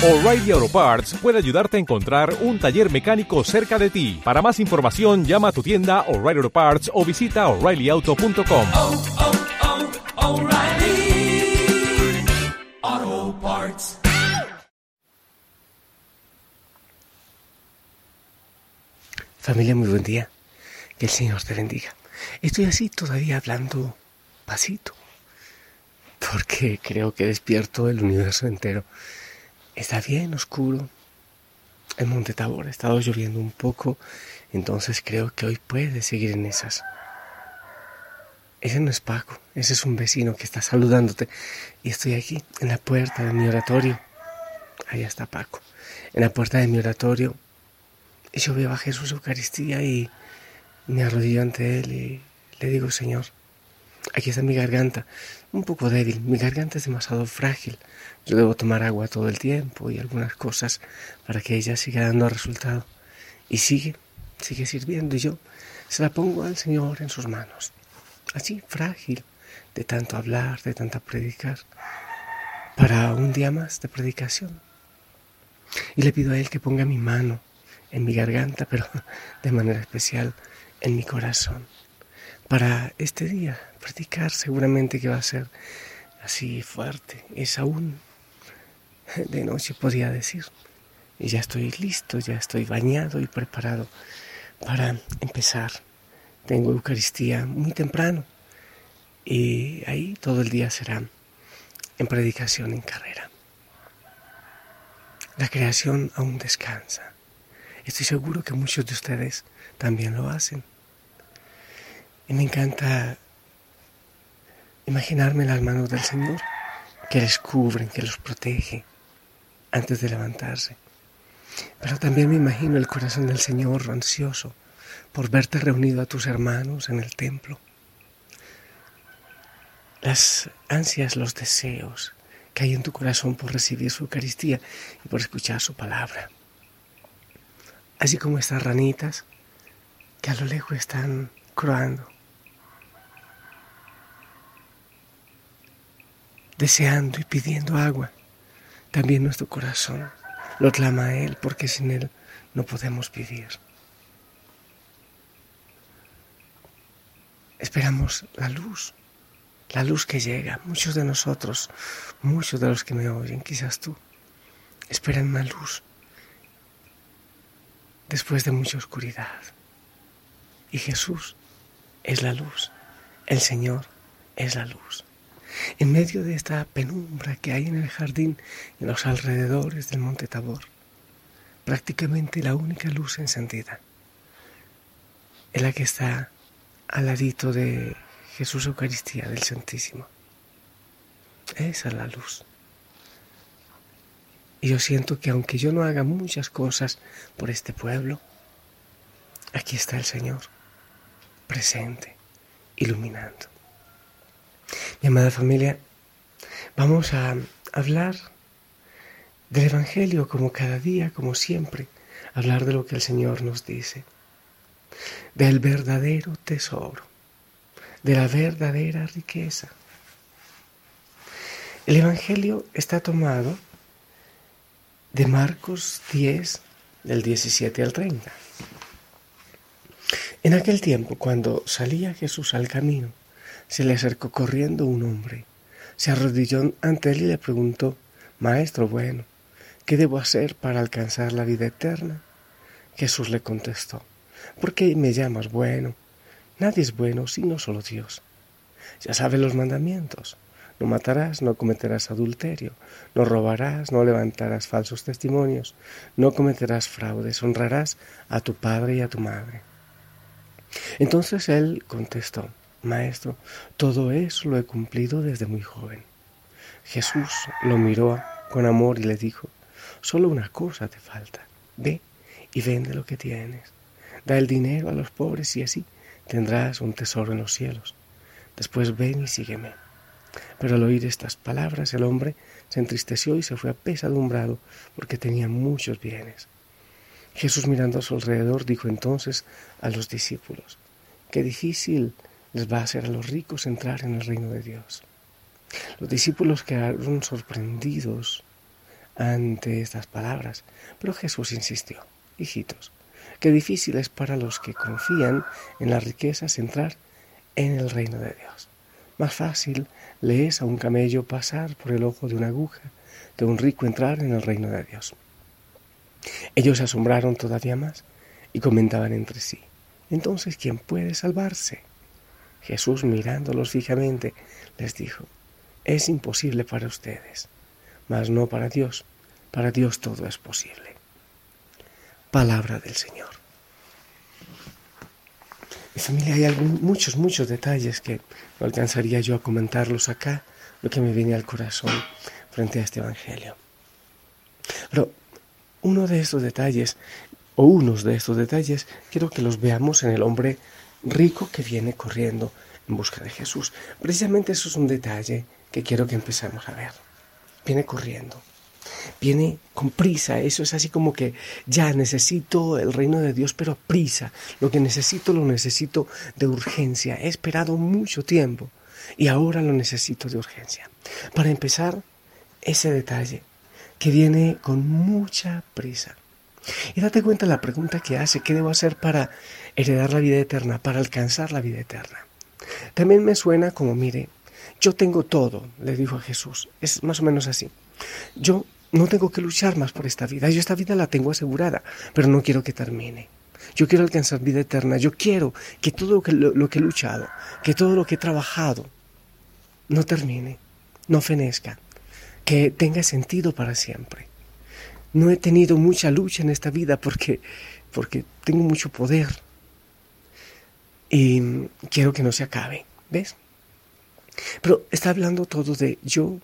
O'Reilly Auto Parts puede ayudarte a encontrar un taller mecánico cerca de ti. Para más información, llama a tu tienda O'Reilly Auto Parts o visita O'ReillyAuto.com. O'Reilly Auto Parts. Familia, muy buen día. Que el Señor te bendiga. Estoy así todavía hablando pasito, porque creo que despierto el universo entero. Está bien oscuro. El Monte Tabor ha estado lloviendo un poco, entonces creo que hoy puedes seguir en esas. Ese no es Paco, ese es un vecino que está saludándote. Y estoy aquí, en la puerta de mi oratorio. Allá está Paco. En la puerta de mi oratorio. Y yo veo a Jesús Eucaristía y me arrodillo ante Él y le digo: Señor, aquí está mi garganta, un poco débil, mi garganta es demasiado frágil. Yo debo tomar agua todo el tiempo y algunas cosas para que ella siga dando resultado. Y sigue sirviendo, y yo se la pongo al Señor en sus manos. Así, frágil, de tanto hablar, de tanta predicar, para un día más de predicación. Y le pido a Él que ponga mi mano en mi garganta, pero de manera especial en mi corazón. Para este día, predicar seguramente que va a ser así fuerte. Es aún de noche, podría decir. Y ya estoy listo, ya estoy bañado y preparado para empezar. Tengo Eucaristía muy temprano y ahí todo el día será en predicación, en carrera. La creación aún descansa. Estoy seguro que muchos de ustedes también lo hacen. Y me encanta imaginarme las manos del Señor que les cubren, que los protege antes de levantarse. Pero también me imagino el corazón del Señor ansioso por verte reunido a tus hermanos en el templo. Las ansias, los deseos que hay en tu corazón por recibir su Eucaristía y por escuchar su palabra. Así como estas ranitas que a lo lejos están croando, deseando y pidiendo agua. También nuestro corazón lo clama a Él, porque sin Él no podemos vivir. Esperamos la luz que llega. Muchos de nosotros, muchos de los que me oyen, quizás tú, esperan una luz después de mucha oscuridad. Y Jesús es la luz, el Señor es la luz. En medio de esta penumbra que hay en el jardín y en los alrededores del Monte Tabor, prácticamente la única luz encendida es la que está al ladito de Jesús Eucaristía del Santísimo. Esa es la luz. Y yo siento que aunque yo no haga muchas cosas por este pueblo, aquí está el Señor, presente, iluminando. Mi amada familia, vamos a hablar del Evangelio como cada día, como siempre, hablar de lo que el Señor nos dice, del verdadero tesoro, de la verdadera riqueza. El Evangelio está tomado de Marcos 10, del 17 al 30. En aquel tiempo, cuando salía Jesús al camino, se le acercó corriendo un hombre, se arrodilló ante él y le preguntó: Maestro bueno, ¿qué debo hacer para alcanzar la vida eterna? Jesús le contestó: ¿por qué me llamas bueno? Nadie es bueno sino solo Dios. Ya sabes los mandamientos: no matarás, no cometerás adulterio, no robarás, no levantarás falsos testimonios, no cometerás fraudes, honrarás a tu padre y a tu madre. Entonces él contestó: Maestro, todo eso lo he cumplido desde muy joven. Jesús lo miró con amor y le dijo: solo una cosa te falta. Ve y vende lo que tienes. Da el dinero a los pobres y así tendrás un tesoro en los cielos. Después ven y sígueme. Pero al oír estas palabras el hombre se entristeció y se fue apesadumbrado porque tenía muchos bienes. Jesús, mirando a su alrededor, dijo entonces a los discípulos: qué difícil les va a hacer a los ricos entrar en el reino de Dios. Los discípulos quedaron sorprendidos ante estas palabras, pero Jesús insistió: hijitos, qué difícil es para los que confían en las riquezas entrar en el reino de Dios. Más fácil le es a un camello pasar por el ojo de una aguja que a un rico entrar en el reino de Dios. Ellos se asombraron todavía más y comentaban entre sí: entonces, ¿quién puede salvarse? Jesús, mirándolos fijamente, les dijo: es imposible para ustedes, mas no para Dios. Para Dios todo es posible. Palabra del Señor. Mi familia, hay muchos detalles que no alcanzaría yo a comentarlos acá, lo que me viene al corazón frente a este Evangelio. Pero unos de estos detalles, quiero que los veamos en el hombre rico que viene corriendo en busca de Jesús. Precisamente eso es un detalle que quiero que empecemos a ver. Viene corriendo, viene con prisa. Eso es así como que ya necesito el reino de Dios, pero a prisa. Lo necesito de urgencia. He esperado mucho tiempo y ahora lo necesito de urgencia. Para empezar, ese detalle que viene con mucha prisa. Y date cuenta la pregunta que hace: ¿qué debo hacer para heredar la vida eterna, para alcanzar la vida eterna? También me suena como: mire, yo tengo todo, le dijo a Jesús. Es más o menos así. Yo no tengo que luchar más por esta vida. Yo esta vida la tengo asegurada, pero no quiero que termine. Yo quiero alcanzar vida eterna. Yo quiero que todo lo que he luchado, que todo lo que he trabajado, no termine, no fenezca, que tenga sentido para siempre. No he tenido mucha lucha en esta vida porque tengo mucho poder y quiero que no se acabe, ¿ves? Pero está hablando todo de yo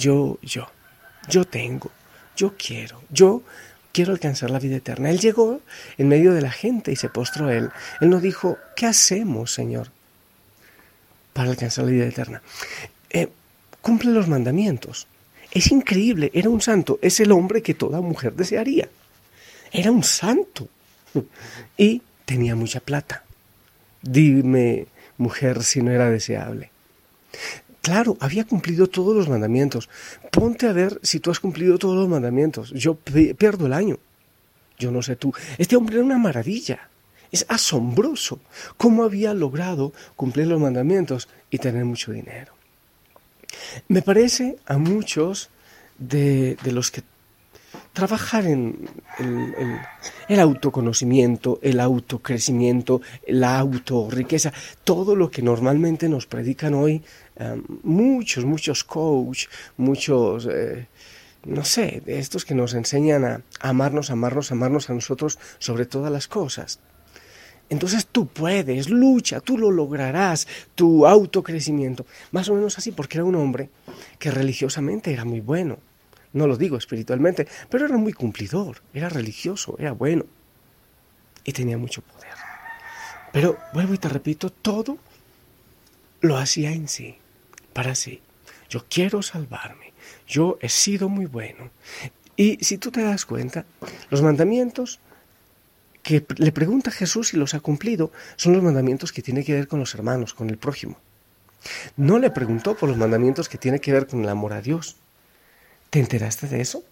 tengo, yo quiero alcanzar la vida eterna. Él llegó en medio de la gente y se postró a él. Él no dijo: ¿qué hacemos, Señor, para alcanzar la vida eterna? Cumple los mandamientos. Es increíble, era un santo, es el hombre que toda mujer desearía. Era un santo y tenía mucha plata. Dime, mujer, si no era deseable. Claro, había cumplido todos los mandamientos. Ponte a ver si tú has cumplido todos los mandamientos. Yo pierdo el año. Yo no sé tú. Este hombre era una maravilla. Es asombroso cómo había logrado cumplir los mandamientos y tener mucho dinero. Me parece a muchos de los que trabajan en el autoconocimiento, el autocrecimiento, la autorriqueza, todo lo que normalmente nos predican hoy muchos coach, muchos, no sé, de estos que nos enseñan a amarnos a nosotros sobre todas las cosas. Entonces tú puedes, lucha, tú lo lograrás, tu autocrecimiento. Más o menos así, porque era un hombre que religiosamente era muy bueno. No lo digo espiritualmente, pero era muy cumplidor, era religioso, era bueno y tenía mucho poder. Pero vuelvo y te repito, todo lo hacía en sí, para sí. Yo quiero salvarme, yo he sido muy bueno. Y si tú te das cuenta, los mandamientos que le pregunta a Jesús si los ha cumplido son los mandamientos que tienen que ver con los hermanos, con el prójimo. No le preguntó por los mandamientos que tienen que ver con el amor a Dios. ¿Te enteraste de eso?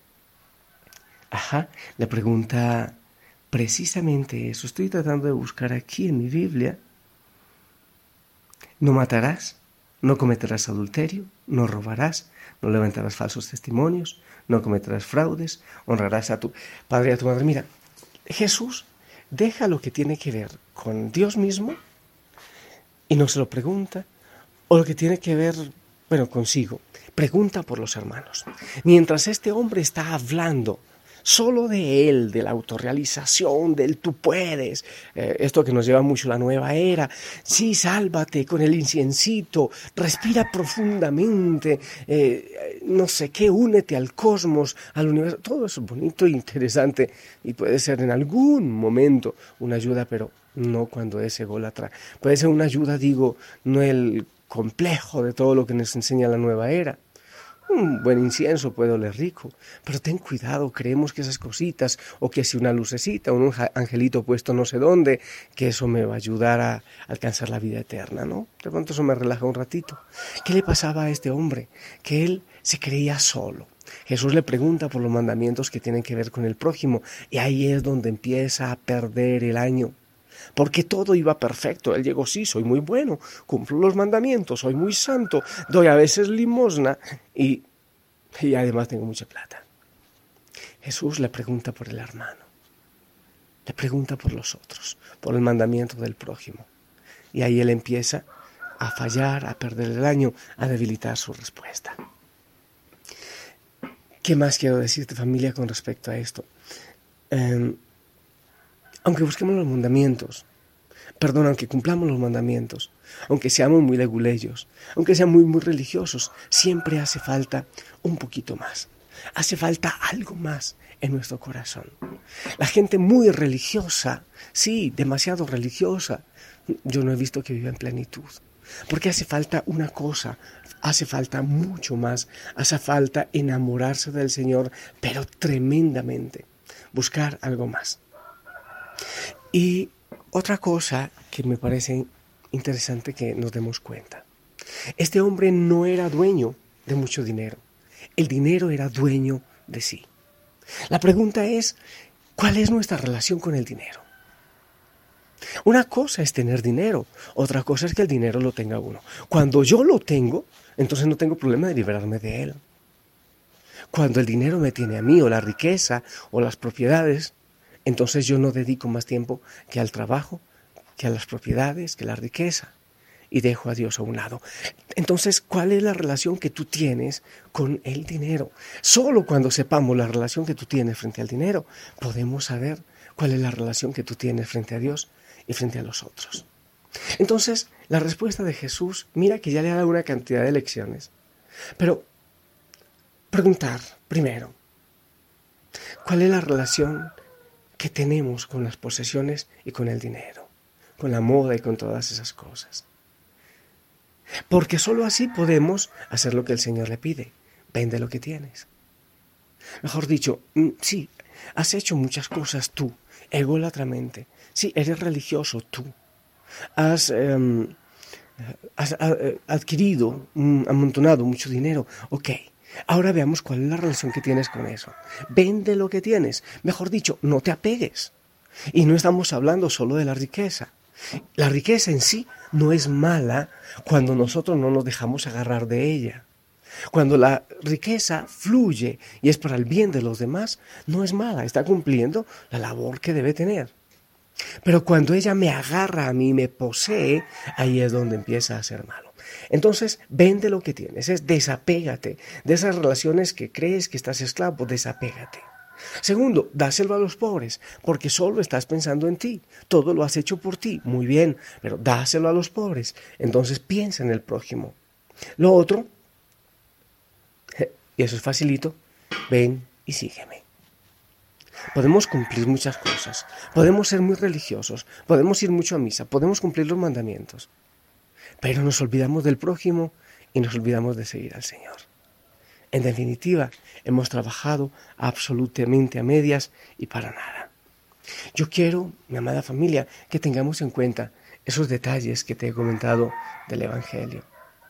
Le pregunta precisamente eso. Estoy tratando de buscar aquí en mi Biblia. No matarás, no cometerás adulterio, no robarás, no levantarás falsos testimonios, no cometerás fraudes, honrarás a tu padre y a tu madre. Mira, Jesús deja lo que tiene que ver con Dios mismo y no se lo pregunta, o lo que tiene que ver, consigo, pregunta por los hermanos. Mientras este hombre está hablando solo de él, de la autorrealización, del tú puedes, esto que nos lleva mucho la nueva era, sí, sálvate con el inciencito, respira profundamente, no sé qué, únete al cosmos, al universo, todo eso es bonito e interesante y puede ser en algún momento una ayuda, pero no cuando es ególatra. Puede ser una ayuda, no el complejo de todo lo que nos enseña la nueva era. Un buen incienso puede oler rico, pero ten cuidado, creemos que esas cositas, o que si una lucecita, o un angelito puesto no sé dónde, que eso me va a ayudar a alcanzar la vida eterna, ¿no? De pronto eso me relaja un ratito. ¿Qué le pasaba a este hombre? Que él se creía solo. Jesús le pregunta por los mandamientos que tienen que ver con el prójimo y ahí es donde empieza a perder el año. Porque todo iba perfecto. Él llegó, sí, soy muy bueno, cumplo los mandamientos, soy muy santo, doy a veces limosna y además tengo mucha plata. Jesús le pregunta por el hermano, le pregunta por los otros, por el mandamiento del prójimo. Y ahí él empieza a fallar, a perder el año, a debilitar su respuesta. ¿Qué más quiero decirte, familia, con respecto a esto? Aunque busquemos los mandamientos, aunque cumplamos los mandamientos, aunque seamos muy leguleyos, aunque seamos muy religiosos, siempre hace falta un poquito más. Hace falta algo más en nuestro corazón. La gente muy religiosa, sí, demasiado religiosa, yo no he visto que viva en plenitud. Porque hace falta una cosa, hace falta mucho más, hace falta enamorarse del Señor, pero tremendamente, buscar algo más. Y otra cosa que me parece interesante que nos demos cuenta. Este hombre no era dueño de mucho dinero. El dinero era dueño de sí. La pregunta es, ¿cuál es nuestra relación con el dinero? Una cosa es tener dinero, otra cosa es que el dinero lo tenga uno. Cuando yo lo tengo, entonces no tengo problema de liberarme de él. Cuando el dinero me tiene a mí, o la riqueza, o las propiedades, entonces yo no dedico más tiempo que al trabajo, que a las propiedades, que a la riqueza, y dejo a Dios a un lado. Entonces, ¿cuál es la relación que tú tienes con el dinero? Solo cuando sepamos la relación que tú tienes frente al dinero, podemos saber cuál es la relación que tú tienes frente a Dios y frente a los otros. Entonces, la respuesta de Jesús, mira que ya le ha dado una cantidad de lecciones, pero preguntar primero, ¿cuál es la relación que tenemos con las posesiones y con el dinero, con la moda y con todas esas cosas? Porque solo así podemos hacer lo que el Señor le pide, vende lo que tienes. Mejor dicho, sí, has hecho muchas cosas tú, ególatramente. Sí, eres religioso tú. Has adquirido, amontonado mucho dinero. Ok, ahora veamos cuál es la relación que tienes con eso. Vende lo que tienes. Mejor dicho, no te apegues. Y no estamos hablando solo de la riqueza. La riqueza en sí no es mala cuando nosotros no nos dejamos agarrar de ella. Cuando la riqueza fluye y es para el bien de los demás, no es mala, está cumpliendo la labor que debe tener. Pero cuando ella me agarra a mí, me posee, ahí es donde empieza a ser malo. Entonces, vende lo que tienes, desapégate de esas relaciones que crees que estás esclavo, desapégate. Segundo, dáselo a los pobres, porque solo estás pensando en ti, todo lo has hecho por ti, muy bien, pero dáselo a los pobres, entonces piensa en el prójimo. Lo otro, y eso es facilito, ven y sígueme. Podemos cumplir muchas cosas, podemos ser muy religiosos, podemos ir mucho a misa, podemos cumplir los mandamientos, pero nos olvidamos del prójimo y nos olvidamos de seguir al Señor. En definitiva, hemos trabajado absolutamente a medias y para nada. Yo quiero, mi amada familia, que tengamos en cuenta esos detalles que te he comentado del Evangelio.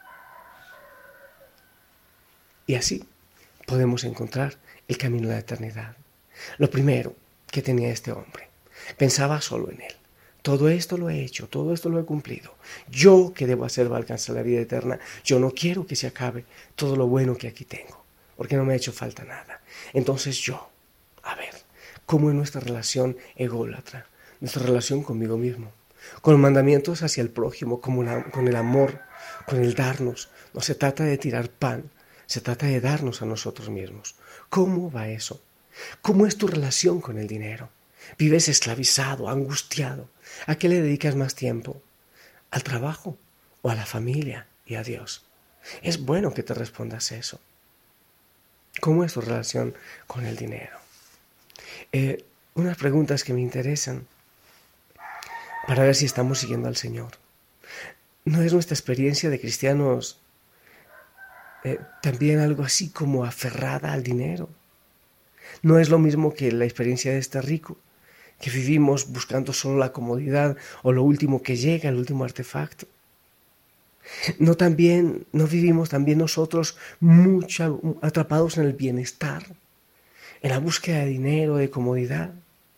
Y así podemos encontrar el camino a la eternidad. Lo primero que tenía este hombre, pensaba solo en él. Todo esto lo he hecho, todo esto lo he cumplido. Yo, ¿qué debo hacer para alcanzar la vida eterna? Yo no quiero que se acabe todo lo bueno que aquí tengo, porque no me ha hecho falta nada. Entonces yo, a ver, ¿cómo es nuestra relación ególatra? Nuestra relación conmigo mismo, con los mandamientos hacia el prójimo, con el amor, con el darnos. No se trata de tirar pan, se trata de darnos a nosotros mismos. ¿Cómo va eso? ¿Cómo es tu relación con el dinero? ¿Vives esclavizado, angustiado? ¿A qué le dedicas más tiempo? ¿Al trabajo o a la familia y a Dios? Es bueno que te respondas eso. ¿Cómo es tu relación con el dinero? Unas preguntas que me interesan para ver si estamos siguiendo al Señor. ¿No es nuestra experiencia de cristianos también algo así como aferrada al dinero? ¿No es lo mismo que la experiencia de este rico, que vivimos buscando solo la comodidad o lo último que llega, el último artefacto? No vivimos también nosotros mucho atrapados en el bienestar, en la búsqueda de dinero, de comodidad.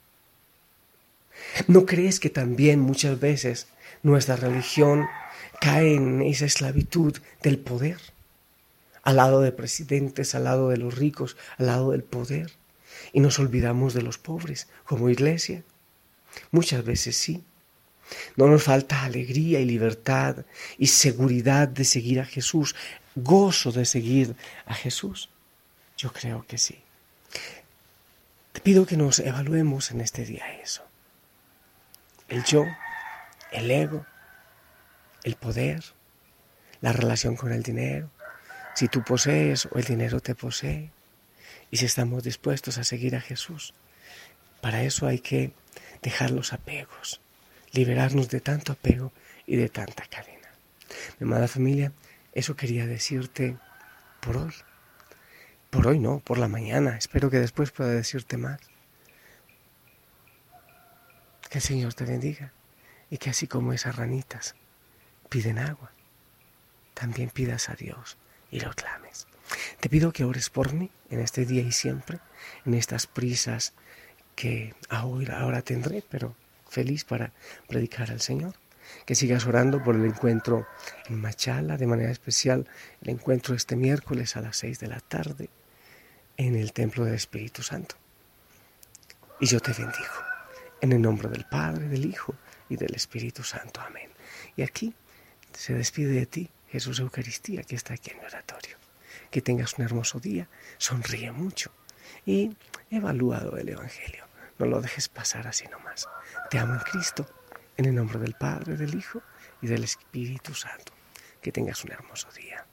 ¿No crees que también muchas veces nuestra religión cae en esa esclavitud del poder? Al lado de presidentes, al lado de los ricos, al lado del poder. Y nos olvidamos de los pobres como iglesia. Muchas veces sí. No nos falta alegría y libertad y seguridad de seguir a Jesús, gozo de seguir a Jesús. Yo creo que sí. Te pido que nos evaluemos en este día eso. El yo, el ego, el poder, la relación con el dinero, si tú posees o el dinero te posee, y si estamos dispuestos a seguir a Jesús. Para eso hay que dejar los apegos, liberarnos de tanto apego y de tanta cadena. Mi amada familia, eso quería decirte por hoy. Por hoy no, por la mañana. Espero que después pueda decirte más. Que el Señor te bendiga y que así como esas ranitas piden agua, también pidas a Dios y lo clames. Te pido que ores por mí en este día y siempre, en estas prisas que ahora tendré, pero feliz para predicar al Señor. Que sigas orando por el encuentro en Machala, de manera especial el encuentro este miércoles a las 6 de la tarde en el Templo del Espíritu Santo. Y yo te bendigo, en el nombre del Padre, del Hijo y del Espíritu Santo. Amén. Y aquí se despide de ti Jesús Eucaristía, que está aquí en mi oratorio. Que tengas un hermoso día, sonríe mucho y evalúa el Evangelio. No lo dejes pasar así nomás. Te amo en Cristo, en el nombre del Padre, del Hijo y del Espíritu Santo. Que tengas un hermoso día.